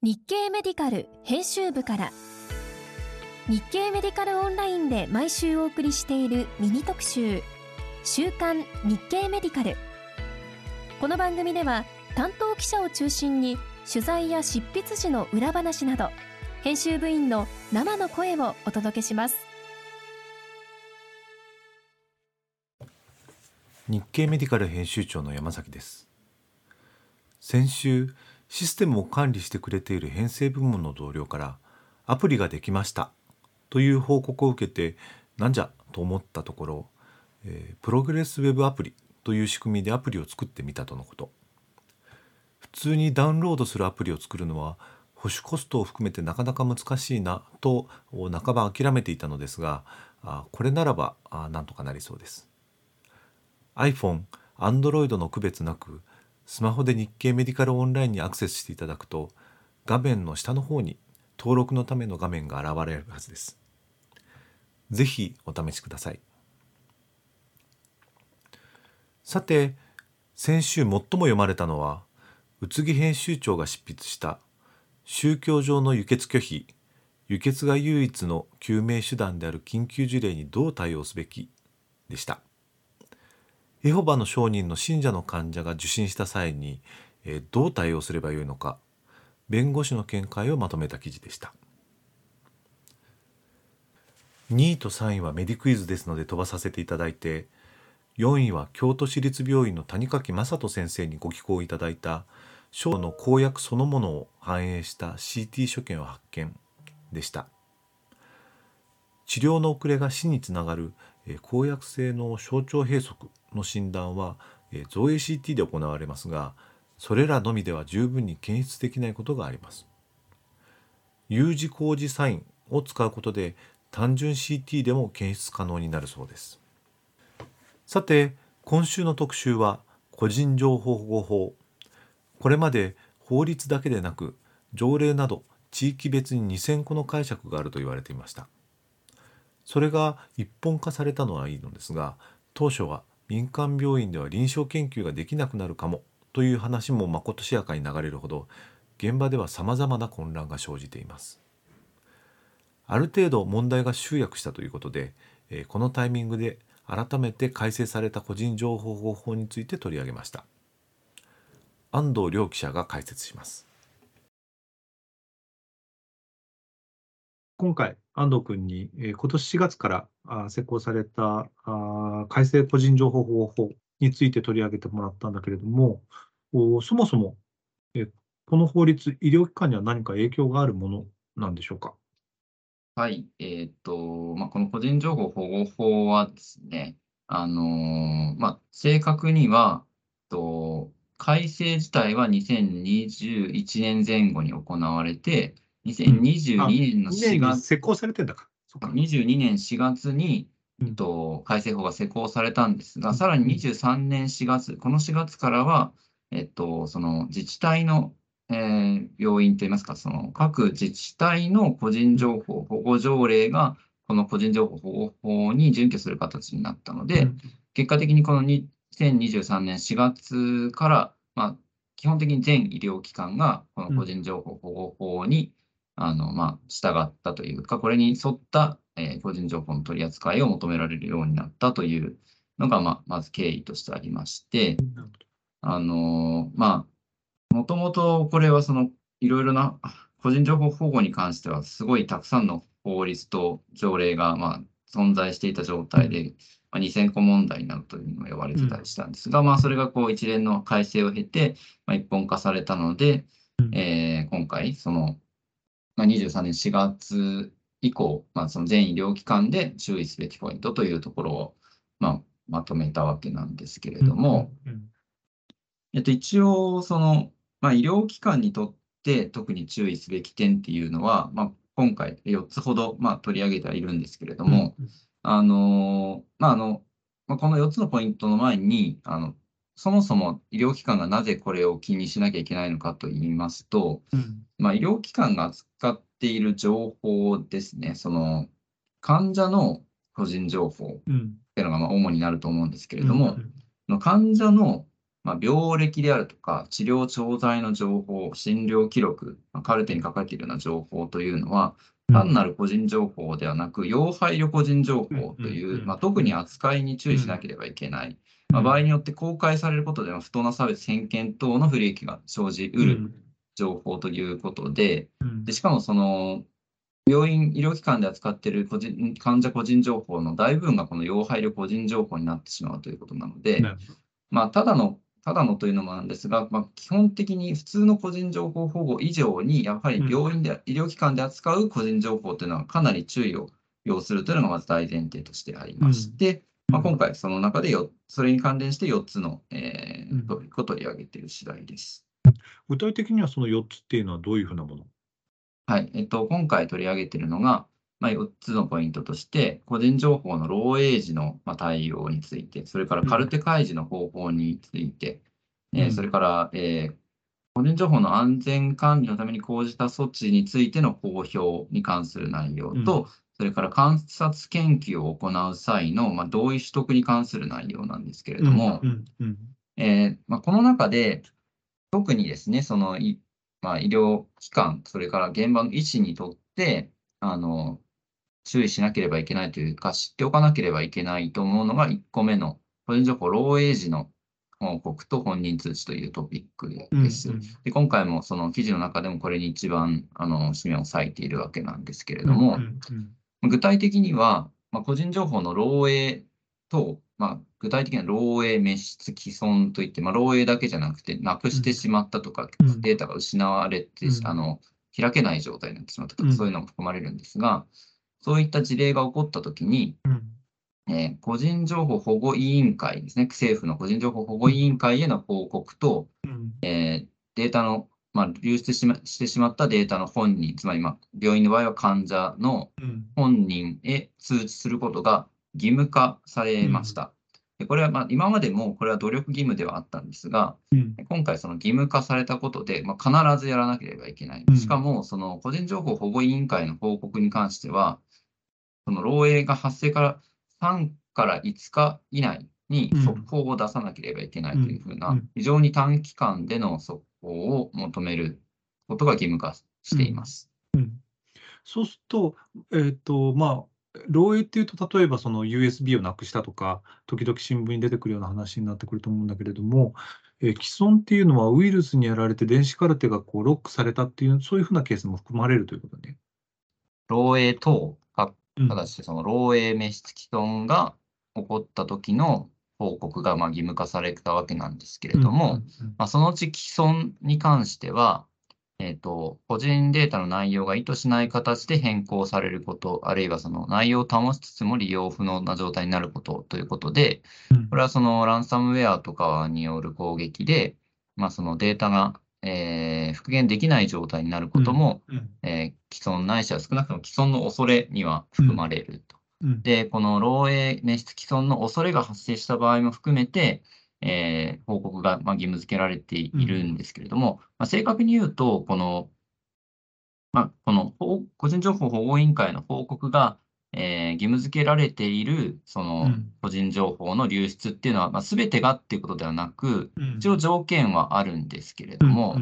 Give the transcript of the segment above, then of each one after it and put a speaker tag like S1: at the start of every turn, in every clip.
S1: 日経メディカル編集部から日経メディカルオンラインで毎週お送りしているミニ特集週刊日経メディカル。この番組では担当記者を中心に取材や執筆時の裏話など編集部員の生の声をお届けします。
S2: 日経メディカル編集長の山崎です。先週システムを管理してくれている編成部門の同僚からアプリができましたという報告を受けてなんじゃと思ったところ、プログレスウェブアプリという仕組みでアプリを作ってみたとのこと。普通にダウンロードするアプリを作るのは保守コストを含めてなかなか難しいなと半ば諦めていたのですが、これならばなんとかなりそうです。iPhone、Android の区別なくスマホで日経メディカルオンラインにアクセスしていただくと画面の下の方に登録のための画面が現れるはずです。ぜひお試しください。さて、先週最も読まれたのは宇津木編集長が執筆した宗教上の輸血拒否、輸血が唯一の救命手段である緊急事例にどう対応すべきでした。エホバの証人の信者の患者が受診した際に、どう対応すればよいのか、弁護士の見解をまとめた記事でした。2位と3位はメディクイズですので飛ばさせていただいて、4位は京都市立病院の谷垣正人先生にご寄稿いただいた症の公約そのものを反映した CT 所見を発見でした。治療の遅れが死につながる公約性の小腸閉塞の診断は造影 CT で行われますが、それらのみでは十分に検出できないことがあります。有事工事サインを使うことで単純 CT でも検出可能になるそうです。さて、今週の特集は個人情報保護法。これまで法律だけでなく条例など地域別に2000個の解釈があると言われていました。それが一本化されたのはいいのですが、当初は民間病院では臨床研究ができなくなるかもという話もまことしやかに流れるほど、現場ではさまざまな混乱が生じています。ある程度問題が集約したということで、このタイミングで改めて改正された個人情報保護法について取り上げました。安藤亮記者が解説します。
S3: 今回、安藤君に、今年4月から施行された改正個人情報保護法について取り上げてもらったんだけれども、そもそも、この法律、医療機関には何か影響があるものなんでしょうか。
S4: はい、この個人情報保護法はですね、正確には、改正自体は2021年前後に行われて、2022年の4月、
S3: 施行されてんだか。
S4: 22年4月に、改正法が施行されたんですが、さらに23年4月、この4月からは、その自治体の病院といいますか、その各自治体の個人情報保護条例が、この個人情報保護法に準拠する形になったので、結果的にこの2023年4月から、基本的に全医療機関がこの個人情報保護法に、従ったというか、これに沿った、個人情報の取り扱いを求められるようになったというのが、まず経緯としてありまして、もともとこれはそのいろいろな個人情報保護に関してはすごいたくさんの法律と条例が存在していた状態で、2000個問題になるというのが呼ばれてたりしたんですが、それがこう一連の改正を経て、一本化されたので、今回その、23年4月以降、その全医療機関で注意すべきポイントというところを、まとめたわけなんですけれども、一応その、医療機関にとって特に注意すべき点っていうのは、今回4つほど、取り上げてはいるんですけれども、この4つのポイントの前に、そもそも医療機関がなぜこれを気にしなきゃいけないのかと言いますと、医療機関が扱っている情報ですね、その患者の個人情報っていうのが主になると思うんですけれども、患者の病歴であるとか、治療調剤の情報、診療記録、カルテに書かれているような情報というのは、単なる個人情報ではなく、要配慮個人情報という、特に扱いに注意しなければいけない。場合によって公開されることでは不当な差別、偏見等の不利益が生じうる情報ということで、しかもその病院、医療機関で扱っている患者個人情報の大部分がこの要配慮個人情報になってしまうということなので、ただのというのもなんですが、基本的に普通の個人情報保護以上に、やはり病院で、医療機関で扱う個人情報というのはかなり注意を要するというのがまず大前提としてありまして、今回その中でそれに関連して4つのトピックを取り上げている次第です。
S3: 具体的にはその4つっていうのはどういうふうなもの？
S4: はい。今回取り上げているのが、4つのポイントとして、個人情報の漏洩時の対応について、それからカルテ開示の方法について、それから、個人情報の安全管理のために講じた措置についての公表に関する内容と、それから観察研究を行う際の、同意取得に関する内容なんですけれども、この中で、特にですね、その医療機関、それから現場の医師にとって、注意しなければいけないというか、知っておかなければいけないと思うのが、1個目の個人情報漏洩時の報告と本人通知というトピックです。で、今回もその記事の中でもこれに一番締めを割いているわけなんですけれども、具体的には、個人情報の漏洩と、具体的な漏洩、滅失、毀損といって、漏洩だけじゃなくて、なくしてしまったとか、データが失われて、開けない状態になってしまったとか、そういうのも含まれるんですが、そういった事例が起こったときに、個人情報保護委員会ですね、政府の個人情報保護委員会への報告と、データの、流出してしまったデータの本人、つまり病院の場合は患者の本人へ通知することが義務化されました。でこれは今までもこれは努力義務ではあったんですが、今回その義務化されたことで、必ずやらなければいけない。しかも、その個人情報保護委員会の報告に関しては、その漏洩が発生から3から5日以内に速報を出さなければいけないというふうな、非常に短期間での速報を求めることが義務化しています。
S3: そうすると、漏洩っていうと、例えばその USB をなくしたとか、時々新聞に出てくるような話になってくると思うんだけれども、既存っていうのはウイルスにやられて電子カルテがロックされたっていう、そういうふうなケースも含まれるということね。
S4: 漏洩等、ただしその漏洩滅失毀損が起こった時の報告が義務化されたわけなんですけれども、そのうち既存に関しては、個人データの内容が意図しない形で変更されること、あるいはその内容を保ちつつも利用不能な状態になることということで、これはそのランサムウェアとかによる攻撃で、そのデータが、復元できない状態になることも、既存ないしは少なくとも既存の恐れには含まれると。で、この漏洩、滅失既存の恐れが発生した場合も含めて、報告が義務付けられているんですけれども、正確に言うと、この個人情報保護委員会の報告が、義務付けられているその個人情報の流出っていうのは、全てがっていうことではなく、一応条件はあるんですけれども、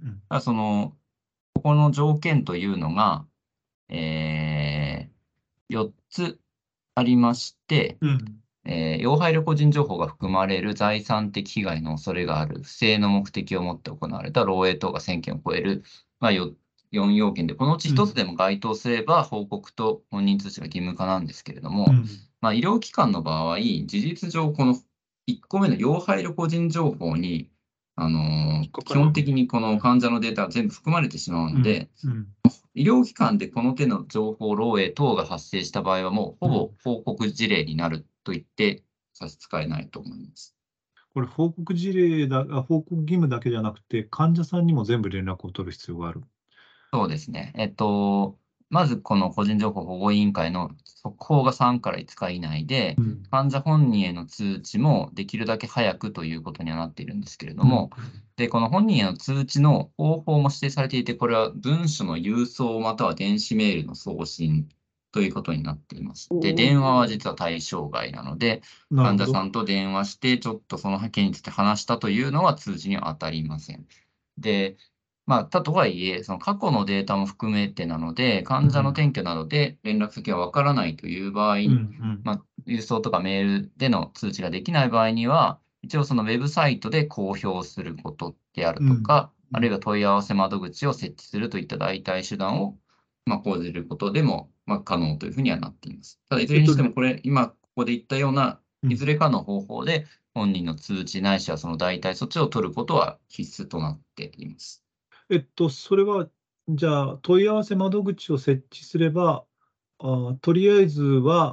S4: ここの条件というのが、4つありまして、要配慮個人情報が含まれる財産的被害の恐れがある、不正の目的を持って行われた漏洩等が1000件を超える、4要件で、このうち1つでも該当すれば、報告と本人通知が義務化なんですけれども、医療機関の場合、事実上、この1個目の要配慮個人情報に、基本的にこの患者のデータが全部含まれてしまうので、医療機関でこの手の情報漏洩等が発生した場合は、もうほぼ報告事例になると言って差し支えないと思います。
S3: これ、報告義務だけじゃなくて、患者さんにも全部連絡を取る必要がある。
S4: そうですね。まずこの個人情報保護委員会の速報が3から5日以内で、患者本人への通知もできるだけ早くということにはなっているんですけれども、で、この本人への通知の方法も指定されていて、これは文書の郵送または電子メールの送信ということになっています。で、電話は実は対象外なので、患者さんと電話して、ちょっとその件について話したというのは通知には当たりません。で、とはいえ、その過去のデータも含めてなので、患者の転居などで連絡先がわからないという場合、郵送とかメールでの通知ができない場合には、一応そのウェブサイトで公表することであるとか、あるいは問い合わせ窓口を設置するといった代替手段を講じることでも可能というふうにはなっています。ただ、いずれにしてもこれ、今ここで言ったような、いずれかの方法で本人の通知ないしはその代替措置を取ることは必須となっています。
S3: それは、じゃあ、問い合わせ窓口を設置すれば、とりあえずは、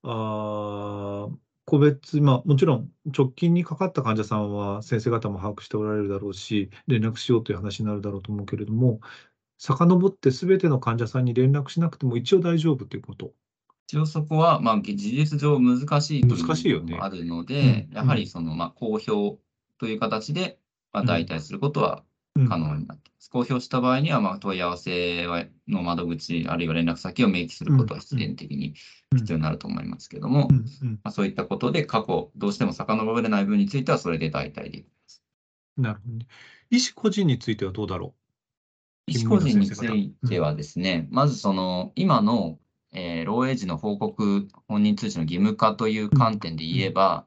S3: 個別、もちろん直近にかかった患者さんは先生方も把握しておられるだろうし、連絡しようという話になるだろうと思うけれども、遡ってすべての患者さんに連絡しなくても一応大丈夫ということ。
S4: 一応そこは、事実上難しいというのもあるので、やはりその、公表という形で、代替することは可能になっています。公表した場合には、問い合わせの窓口、あるいは連絡先を明記することは必然的に必要になると思いますけども、そういったことで過去、どうしても遡れない分については、それで代替できます。
S3: なるほどね。医師個人についてはどうだろう？
S4: 医師個人についてはですね、まずその、今の漏洩時の報告、本人通知の義務化という観点で言えば、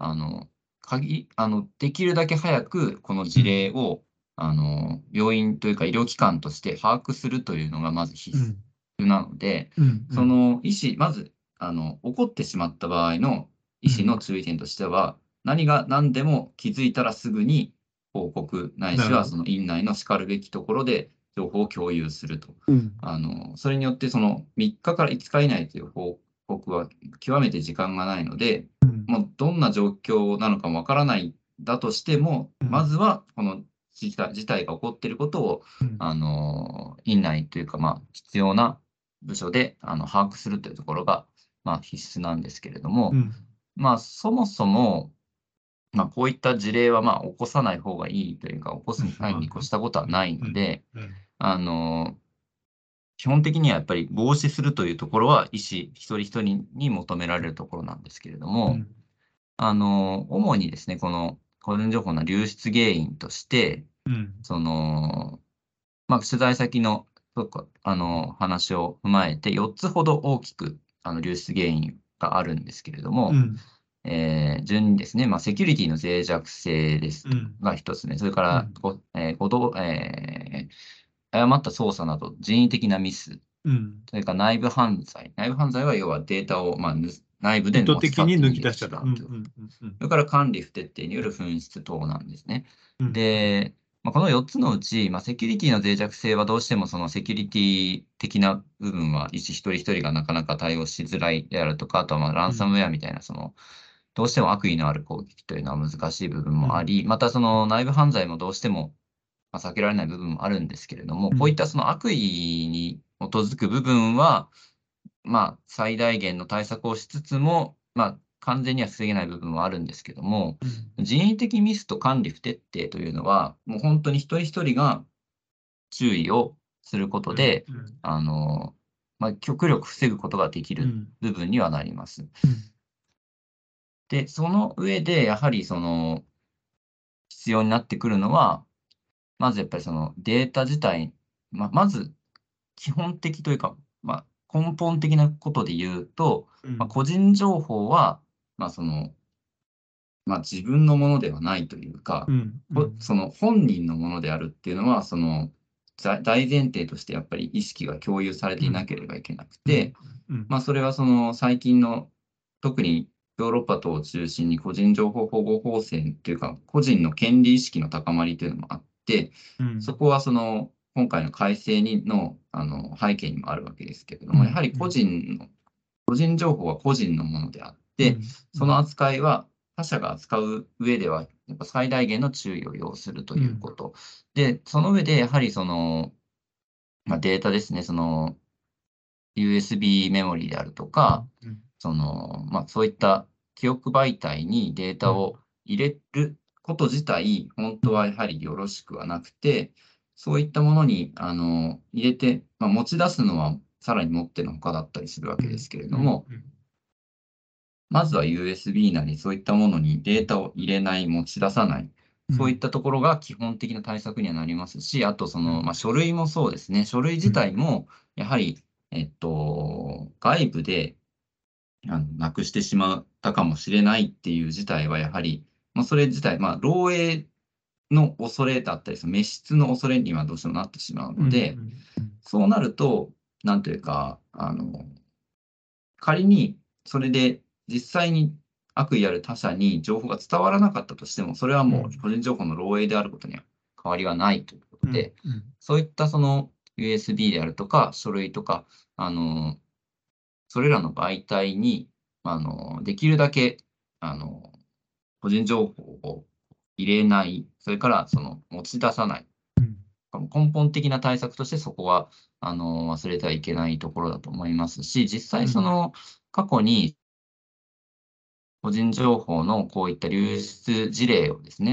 S4: できるだけ早くこの事例を、病院というか医療機関として把握するというのがまず必須なので、その医師、まず、起こってしまった場合の医師の注意点としては、何が何でも気づいたらすぐに報告ないしは、その院内のしかるべきところで情報を共有すると。それによってその3日から5日以内という報告は極めて時間がないので、もうどんな状況なのかもわからないだとしても、まずはこの事態が起こっていることを、院内というか、必要な部署で把握するというところが、必須なんですけれども、そもそも、こういった事例は起こさない方がいいというか、起こす際に越したことはないので、基本的にはやっぱり防止するというところは医師一人一人に求められるところなんですけれども、主にですね、この個人情報の流出原因として、取材先の話を踏まえて4つほど大きく流出原因があるんですけれども、順にですね、セキュリティの脆弱性ですが一つ目、それから、誤った操作など人為的なミス、それから内部犯罪。内部犯罪は要はデータを、内部で
S3: 意図的に抜き出しちゃった。
S4: それから管理不徹底による紛失等なんですね。で、この4つのうち、セキュリティの脆弱性はどうしてもそのセキュリティ的な部分は医師一人一人がなかなか対応しづらいであるとか、あとはランサムウェアみたいなどうしても悪意のある攻撃というのは難しい部分もあり、またその内部犯罪もどうしても避けられない部分もあるんですけれども、こういったその悪意に基づく部分は、最大限の対策をしつつも、完全には防げない部分もあるんですけども、人為的ミスと管理不徹底というのは、もう本当に一人一人が注意をすることで、極力防ぐことができる部分にはなります。で、その上で、やはり必要になってくるのは、まずやっぱりそのデータ自体、まず基本的というか、根本的なことで言うと、個人情報は、自分のものではないというか、その本人のものであるっていうのは、大前提としてやっぱり意識が共有されていなければいけなくて、それは最近の、特にヨーロッパ等を中心に個人情報保護法制というか、個人の権利意識の高まりというのもあって、そこは今回の改正の背景にもあるわけですけれども、やはり個人情報は個人のものであって、その扱いは他者が扱う上では、やっぱ最大限の注意を要するということ。で、その上でやはりデータですね、USB メモリであるとか、そういった記憶媒体にデータを入れること自体、本当はやはりよろしくはなくて、そういったものに入れて、持ち出すのはさらにもってのほかだったりするわけですけれども、まずは USB なりそういったものにデータを入れない、持ち出さない、そういったところが基本的な対策にはなりますし、あと書類もそうですね。書類自体もやはり、外部でなくしてしまったかもしれないっていう事態はやはり、それ自体、漏洩の恐れだったり、滅失の恐れにはどうしてもなってしまうので、そうなると、なんというか、仮にそれで実際に悪意ある他者に情報が伝わらなかったとしても、それはもう個人情報の漏洩であることには変わりがないということで、そういったUSB であるとか、書類とか、それらの媒体に、できるだけ、個人情報を入れない、それから持ち出さない。根本的な対策としてそこは、忘れてはいけないところだと思いますし、実際過去に個人情報のこういった流出事例をですね、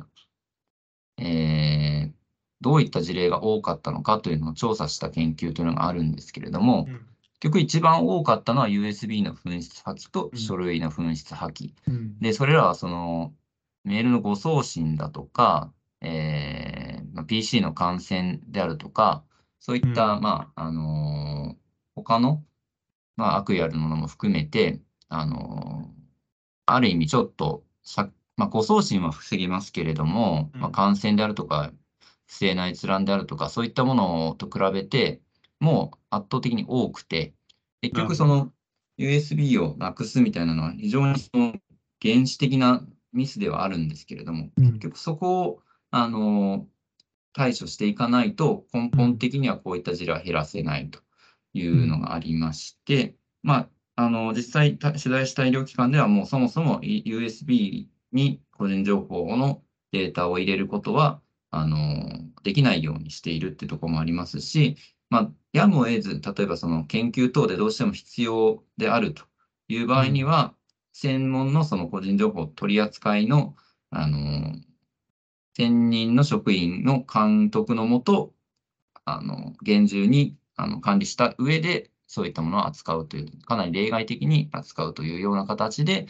S4: どういった事例が多かったのかというのを調査した研究というのがあるんですけれども、結局一番多かったのは USB の紛失破棄と書類の紛失破棄。で、それらはメールの誤送信だとか、PC の感染であるとか、そういった、他の、悪意あるものも含めて、ある意味ちょっと誤送信は防げますけれども、感染であるとか、不正な閲覧であるとか、そういったものと比べて、もう圧倒的に多くて、結局USB をなくすみたいなのは非常に原始的なミスではあるんですけれども、結局そこを対処していかないと、根本的にはこういった事例は減らせないというのがありまして、実際取材した医療機関ではもうそもそも USB に個人情報のデータを入れることは、できないようにしているっていうところもありますし、やむを得ず、例えば研究等でどうしても必要であるという場合には、専門の個人情報取り扱いの、専任の職員の監督のもと、厳重に管理した上で、そういったものを扱うという、かなり例外的に扱うというような形で、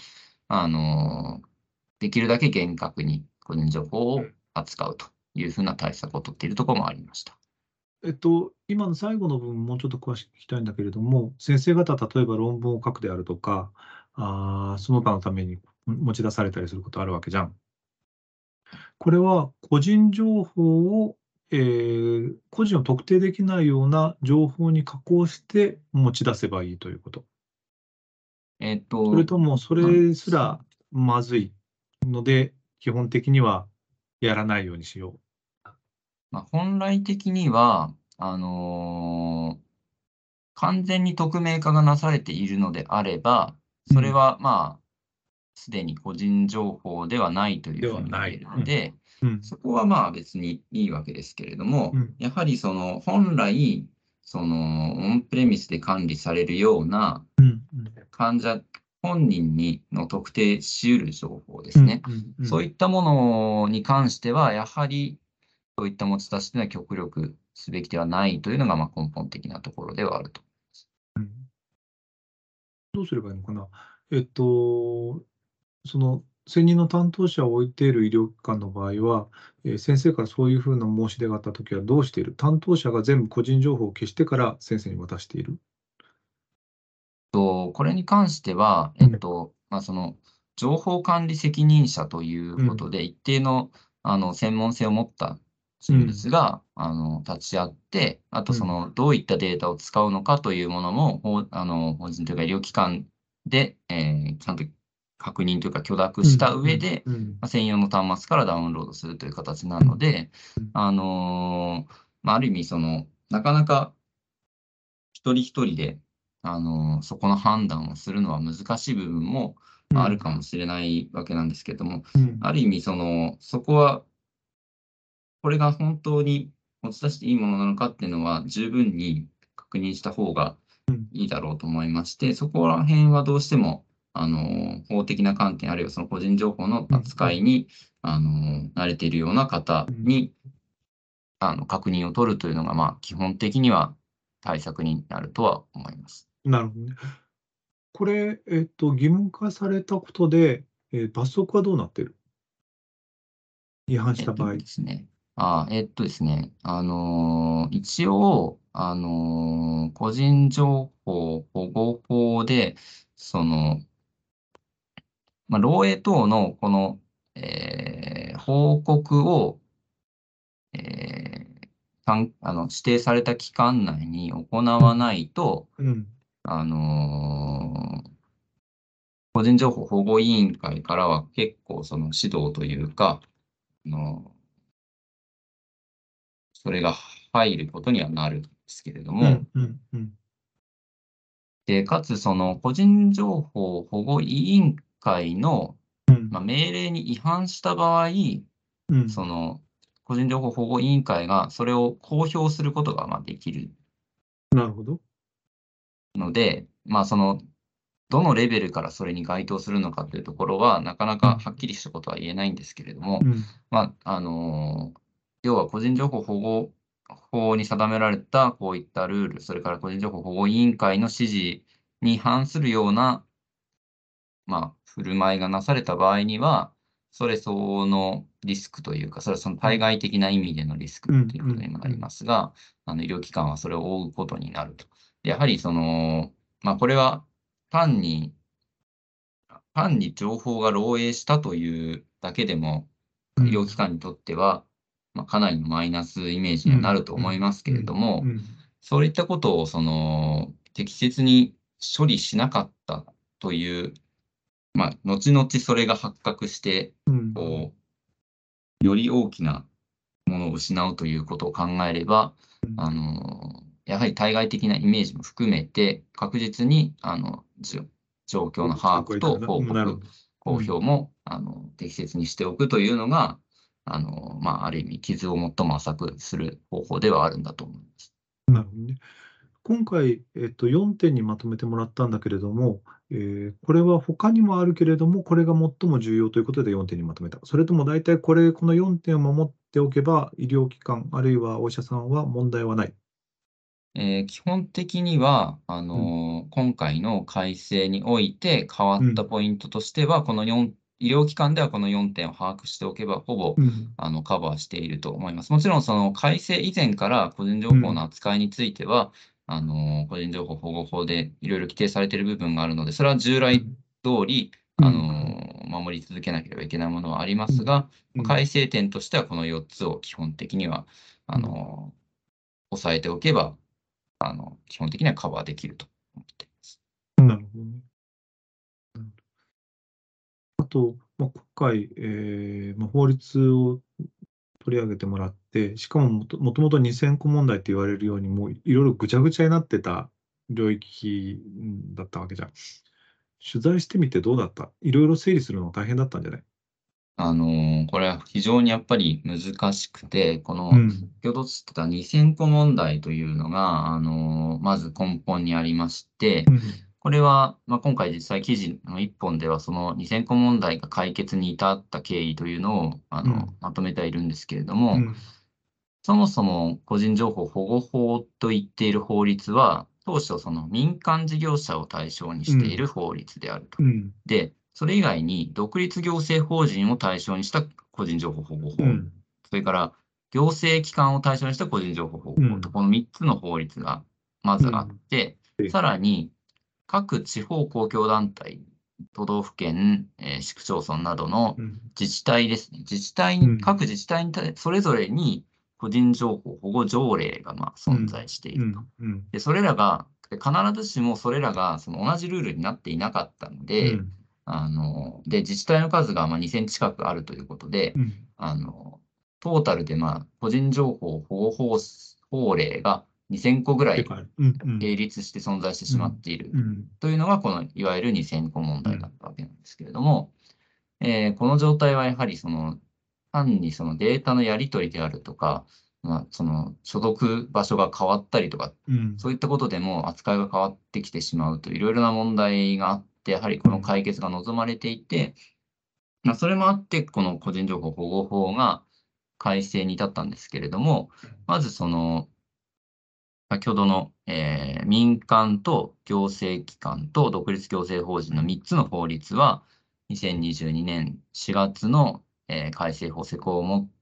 S4: できるだけ厳格に個人情報を扱うというふうな対策を取っているところもありました。
S3: 今の最後の部分、もうちょっと詳しく聞きたいんだけれども、先生方、例えば論文を書くであるとか、その他のために持ち出されたりすることあるわけじゃん。これは個人情報を、個人を特定できないような情報に加工して持ち出せばいいということ。それとも、それすらまずいので、基本的にはやらないようにしよ
S4: 本来的には、完全に匿名化がなされているのであれば、それはすでに個人情報ではないというふうに言えるので、そこは別にいいわけですけれども、やはり本来、オンプレミスで管理されるような患者本人の特定し得る情報ですね。そういったものに関しては、やはりそういった持ち出しというのは極力すべきではないというのが根本的なところではあると。
S3: どうすればいいのかな。専任の担当者を置いている医療機関の場合は、先生からそういうふうな申し出があったときはどうしている？担当者が全部個人情報を消してから先生に渡している？
S4: これに関しては、情報管理責任者ということで、一定の専門性を持った人物が立ち会って、あとどういったデータを使うのかというものも、法人というか医療機関で、ちゃんと確認というか許諾した上で、専用の端末からダウンロードするという形なので、ある意味なかなか一人一人でそこの判断をするのは難しい部分もあるかもしれないわけなんですけども、ある意味そこは、これが本当に持ち出していいものなのかっていうのは十分に確認した方がいいだろうと思いまして、そこら辺はどうしても法的な観点、あるいは個人情報の扱いに慣れているような方に確認を取るというのが基本的には対策になるとは思います。
S3: なるほどね。これ、義務化されたことで、罰則はどうなってる？違反した場合。
S4: ですね。ですね。一応、個人情報保護法で、その、漏洩等のこの、報告を、えー指定された期間内に行わないと、
S3: うん。
S4: あのー個人情報保護委員会からは結構その指導というか、それが入ることにはなるんですけれども、で、かつその個人情報保護委員会の、命令に違反した場合、その個人情報保護委員会がそれを公表することができる
S3: なるほど。
S4: ので、どのレベルからそれに該当するのかというところは、なかなかはっきりしたことは言えないんですけれども、要は個人情報保護法に定められたこういったルール、それから個人情報保護委員会の指示に反するような、振る舞いがなされた場合には、それ相応のリスクというか、それはその対外的な意味でのリスクということにもなりますが、医療機関はそれを負うことになると。やはりこれは単に情報が漏洩したというだけでも、医療機関にとっては、かなりのマイナスイメージにはなると思いますけれども、そういったことを適切に処理しなかったという、後々それが発覚して、より大きなものを失うということを考えれば、やはり対外的なイメージも含めて、確実に状況の把握と報告、公表も適切にしておくというのが、ある意味、傷を最も浅くする方法ではあるんだと思います。
S3: なるほどね。今回、4点にまとめてもらったんだけれども、これは他にもあるけれども、これが最も重要ということで4点にまとめた。それとも大体この4点を守っておけば、医療機関、あるいはお医者さんは問題はない。
S4: 基本的には、今回の改正において変わったポイントとしては、医療機関ではこの4点を把握しておけば、ほぼ、カバーしていると思います。もちろん、その改正以前から個人情報の扱いについては、個人情報保護法でいろいろ規定されている部分があるので、それは従来通り、守り続けなければいけないものはありますが、改正点としてはこの4つを基本的には、押さえておけば、基本的にはカバーできると思っています。
S3: なるほどね。あと、今回、法律を取り上げてもらって、しかももともと2000個問題って言われるように、もういろいろぐちゃぐちゃになってた領域だったわけじゃん。取材してみてどうだった？いろいろ整理するの大変だったんじゃない？
S4: これは非常にやっぱり難しくて、先ほどつってた2000個問題というのが、まず根本にありまして、これは、今回実際記事の1本では、その2000個問題が解決に至った経緯というのを、まとめてはいるんですけれども、そもそも個人情報保護法と言っている法律は、当初その民間事業者を対象にしている法律であると。で、それ以外に独立行政法人を対象にした個人情報保護法、それから行政機関を対象にした個人情報保護法と、この3つの法律がまずあって、さらに各地方公共団体、都道府県、市区町村などの自治体ですね。各自治体にそれぞれに個人情報保護条例が存在していると。で、それらが、必ずしもそれらがその同じルールになっていなかったので、自治体の数が2000近くあるということで、トータルで個人情報保護法令が2000個ぐらい並立して存在してしまっているというのが、このいわゆる2000個問題だったわけなんですけれども、この状態はやはり単にそのデータのやり取りであるとか、その所属場所が変わったりとか、そういったことでも扱いが変わってきてしまうといろいろな問題があって、やはりこの解決が望まれていて、それもあって、この個人情報保護法が改正に至ったんですけれども、まず先ほどの、民間と行政機関と独立行政法人の3つの法律は、2022年4月の、改正法施行をもって、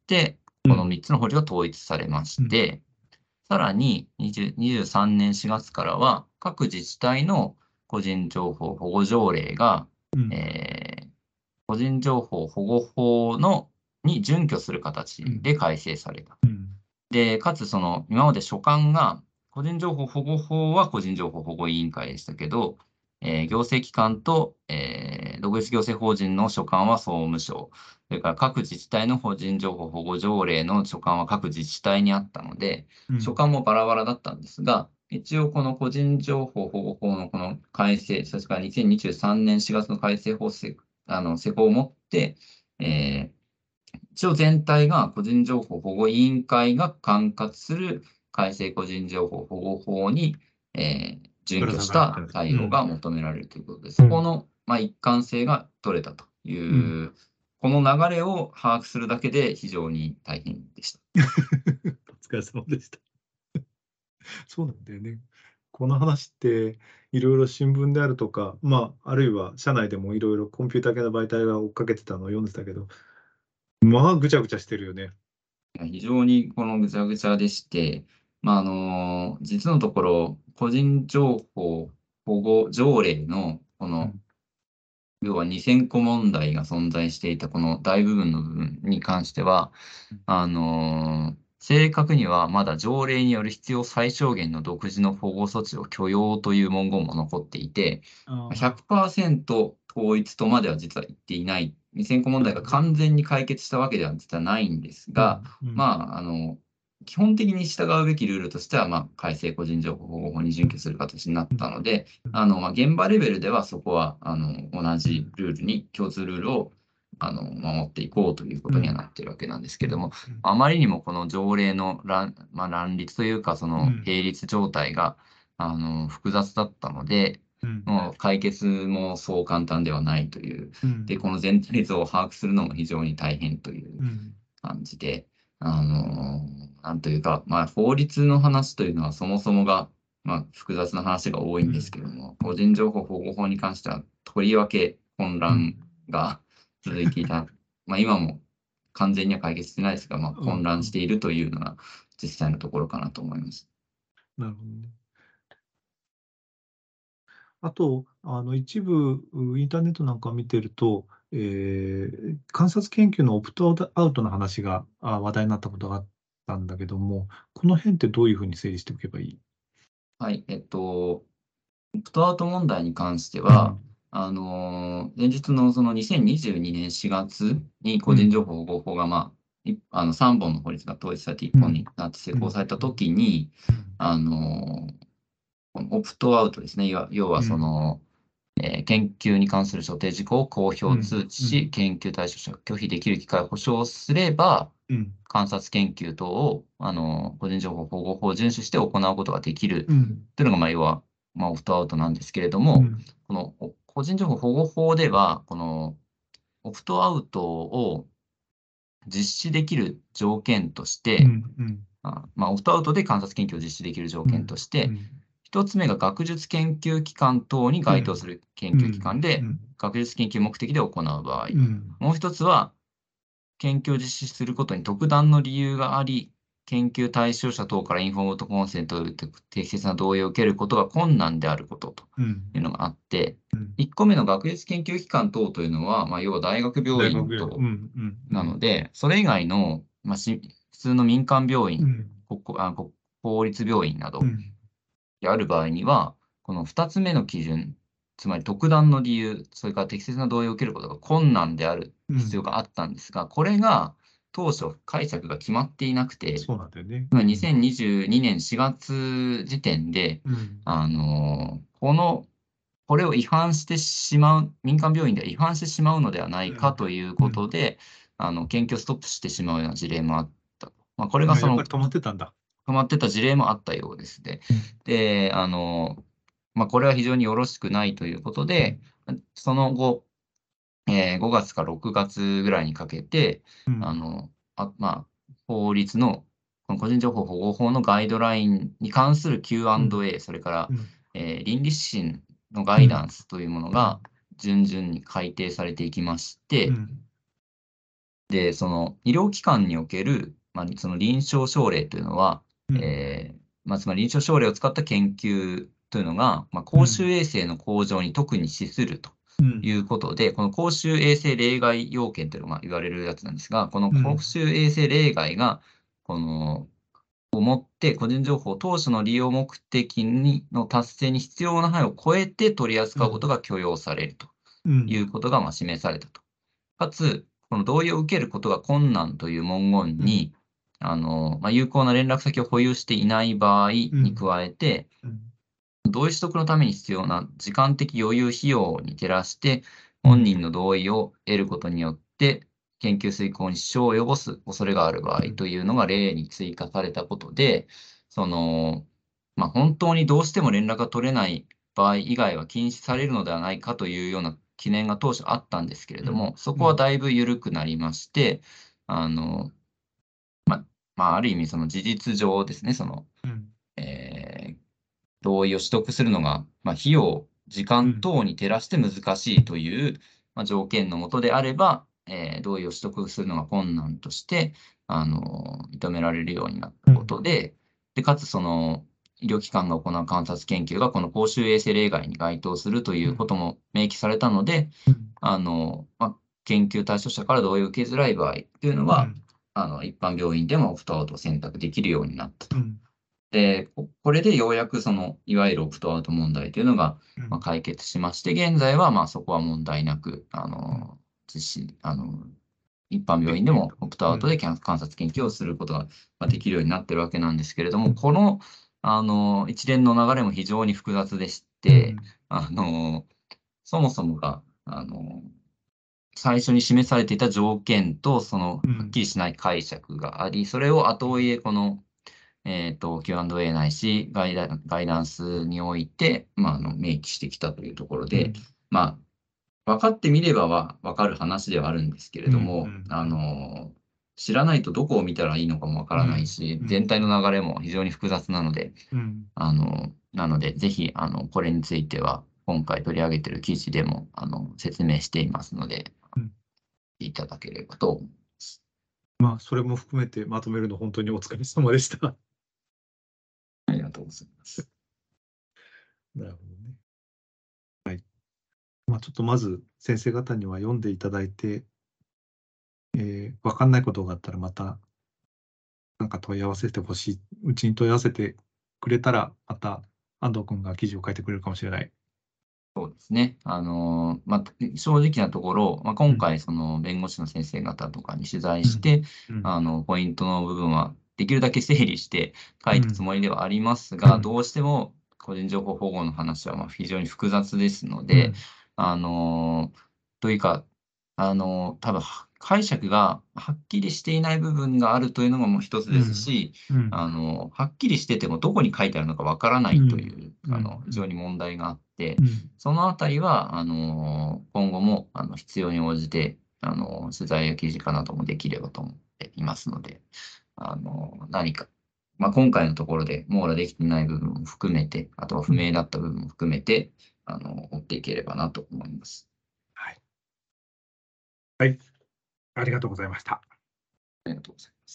S4: この3つの法律が統一されまして、さらに23年4月からは、各自治体の個人情報保護条例が、個人情報保護法に準拠する形で改正された。で、かつ今まで所管が、個人情報保護法は個人情報保護委員会でしたけど、行政機関と、独立行政法人の所管は総務省、それから各自治体の個人情報保護条例の所管は各自治体にあったので、所管もバラバラだったんですが、一応この個人情報保護法のこの改正、それから2023年4月の改正法施行をもって、一応全体が個人情報保護委員会が管轄する改正個人情報保護法に、準拠した対応が求められるということで、そこの、一貫性が取れたという、この流れを把握するだけで非常に大変でした。
S3: お疲れ様でした。そうなんだよね。この話っていろいろ新聞であるとか、あるいは社内でもいろいろコンピューター系の媒体が追っかけてたのを読んでたけど、ぐちゃぐちゃしてるよね。
S4: 非常にこのぐちゃぐちゃでして、実のところ、個人情報保護条例の要は2000個問題が存在していたこの大部分の部分に関しては、正確にはまだ条例による必要最小限の独自の保護措置を許容という文言も残っていて、100% 統一とまでは実は言っていない。2000個問題が完全に解決したわけでは実はないんですが、基本的に従うべきルールとしては、改正個人情報保護法に準拠する形になったので、現場レベルではそこは同じルールに、共通ルールを守っていこうということにはなっているわけなんですけども、あまりにもこの条例の乱立というか、その並立状態が複雑だったので、もう解決もそう簡単ではないという、で、この全体像を把握するのも非常に大変という感じで、なんというか、法律の話というのはそもそもが、複雑な話が多いんですけども、個人情報保護法に関しては、とりわけ混乱が続いていた。今も完全には解決してないですが、混乱しているというのが実際のところかなと思います。
S3: なるほどね。あと、一部インターネットなんかを見てると、観察研究のオプトアウトの話が話題になったことがあったんだけども、この辺ってどういうふうに整理しておけばいい？
S4: はい、オプトアウト問題に関しては、前日のその2022年4月に個人情報保護法が、3本の法律が統一されて1本になって施行されたときに、オプトアウトですね、要は研究に関する所定事項を公表通知し、研究対象者が拒否できる機会を保障すれば、観察研究等を個人情報保護法を遵守して行うことができるというのが、要は、オプトアウトなんですけれども、この個人情報保護法では、このオプトアウトを実施できる条件として、オプトアウトで観察研究を実施できる条件として、一つ目が学術研究機関等に該当する研究機関で、学術研究目的で行う場合、もう一つは、研究を実施することに特段の理由があり、研究対象者等からインフォームドコンセントと適切な同意を受けることが困難であることというのがあって、1個目の学術研究機関等というのは、要は大学病院等なので、それ以外の、普通の民間病院、公立病院などである場合には、この2つ目の基準、つまり特段の理由、それから適切な同意を受けることが困難である必要があったんですが、これが当初解釈が決まっていなくて、
S3: そうなんだよね。
S4: 2022年4月時点で、これを違反してしまう、民間病院では違反してしまうのではないかということで、研究をストップしてしまうような事例もあった。これが
S3: やっぱり止まってたんだ。
S4: 止まってた事例もあったようですね。で、これは非常によろしくないということで、その後、5月から6月ぐらいにかけて、法律のこの個人情報保護法のガイドラインに関する Q&A、それから、倫理指針のガイダンスというものが順々に改定されていきまして、で、その医療機関における、その臨床症例というのは、つまり臨床症例を使った研究というのが、公衆衛生の向上に特に資するということで、この公衆衛生例外要件というのが言われるやつなんですが、この公衆衛生例外が、をもって個人情報当初の利用目的の達成に必要な範囲を超えて取り扱うことが許容されるということが示されたと。かつ、この同意を受けることが困難という文言に、有効な連絡先を保有していない場合に加えて、同意取得のために必要な時間的余裕費用に照らして、本人の同意を得ることによって、研究遂行に支障を及ぼす恐れがある場合というのが例に追加されたことで、本当にどうしても連絡が取れない場合以外は禁止されるのではないかというような懸念が当初あったんですけれども、そこはだいぶ緩くなりまして、ある意味その事実上ですね、同意を取得するのが、費用、時間等に照らして難しいという、条件の下であれば、同意を取得するのが困難として、認められるようになったことで、かつその医療機関が行う観察研究がこの公衆衛生例外に該当するということも明記されたので、研究対象者から同意を受けづらい場合というのは、一般病院でもオプトアウトを選択できるようになったと。で、これでようやくいわゆるオプトアウト問題というのが、解決しまして、現在はそこは問題なく、一般病院でもオプトアウトで観察研究をすることができるようになってるわけなんですけれども、この、一連の流れも非常に複雑でして、そもそもが、最初に示されていた条件と、はっきりしない解釈があり、それを後追いでQ&A ないし、ガイダンスにおいて、明記してきたというところで、分かってみれば分かる話ではあるんですけれども、知らないとどこを見たらいいのかも分からないし、全体の流れも非常に複雑なので、なので、ぜひ、これについては、今回取り上げている記事でも、説明していますので、いただければと思います。
S3: それも含めてまとめるの本当にお疲れ様でした。
S4: ありがとうございます。
S3: なるほどね。はい。ちょっとまず先生方には読んでいただいて、分かんないことがあったらまた問い合わせてほしい。うちに問い合わせてくれたら、また安藤君が記事を書いてくれるかもしれない。
S4: そうですね。正直なところ、今回、弁護士の先生方とかに取材して、ポイントの部分はできるだけ整理して書いたつもりではありますが、どうしても個人情報保護の話は非常に複雑ですので、というか、多分解釈がはっきりしていない部分があるというのも一つですし、はっきりしててもどこに書いてあるのかわからないという、非常に問題があって、そのあたりは、今後も必要に応じて、取材や記事かなどもできればと思っていますので、何か、今回のところで網羅できていない部分も含めて、あとは不明だった部分も含めて、追っていければなと思います。
S3: はい。ありがとうございました。
S4: ありがとうございます。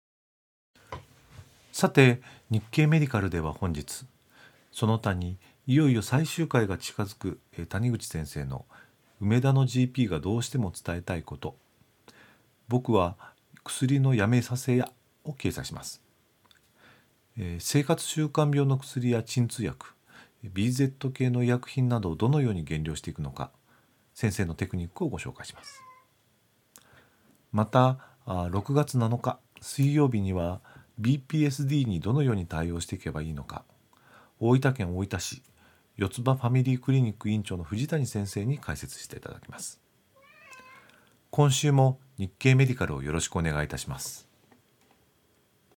S2: さて、日経メディカルでは本日、その他にいよいよ最終回が近づく谷口先生の梅田の GP がどうしても伝えたいこと、僕は薬のやめさせやを掲載します。生活習慣病の薬や鎮痛薬、BZ 系の医薬品などをどのように減量していくのか、先生のテクニックをご紹介します。また6月7日水曜日には BPSD にどのように対応していけばいいのか、大分県大分市四つ葉ファミリークリニック院長の藤谷先生に解説していただきます。今週も日経メディカルをよろしくお願いいたします。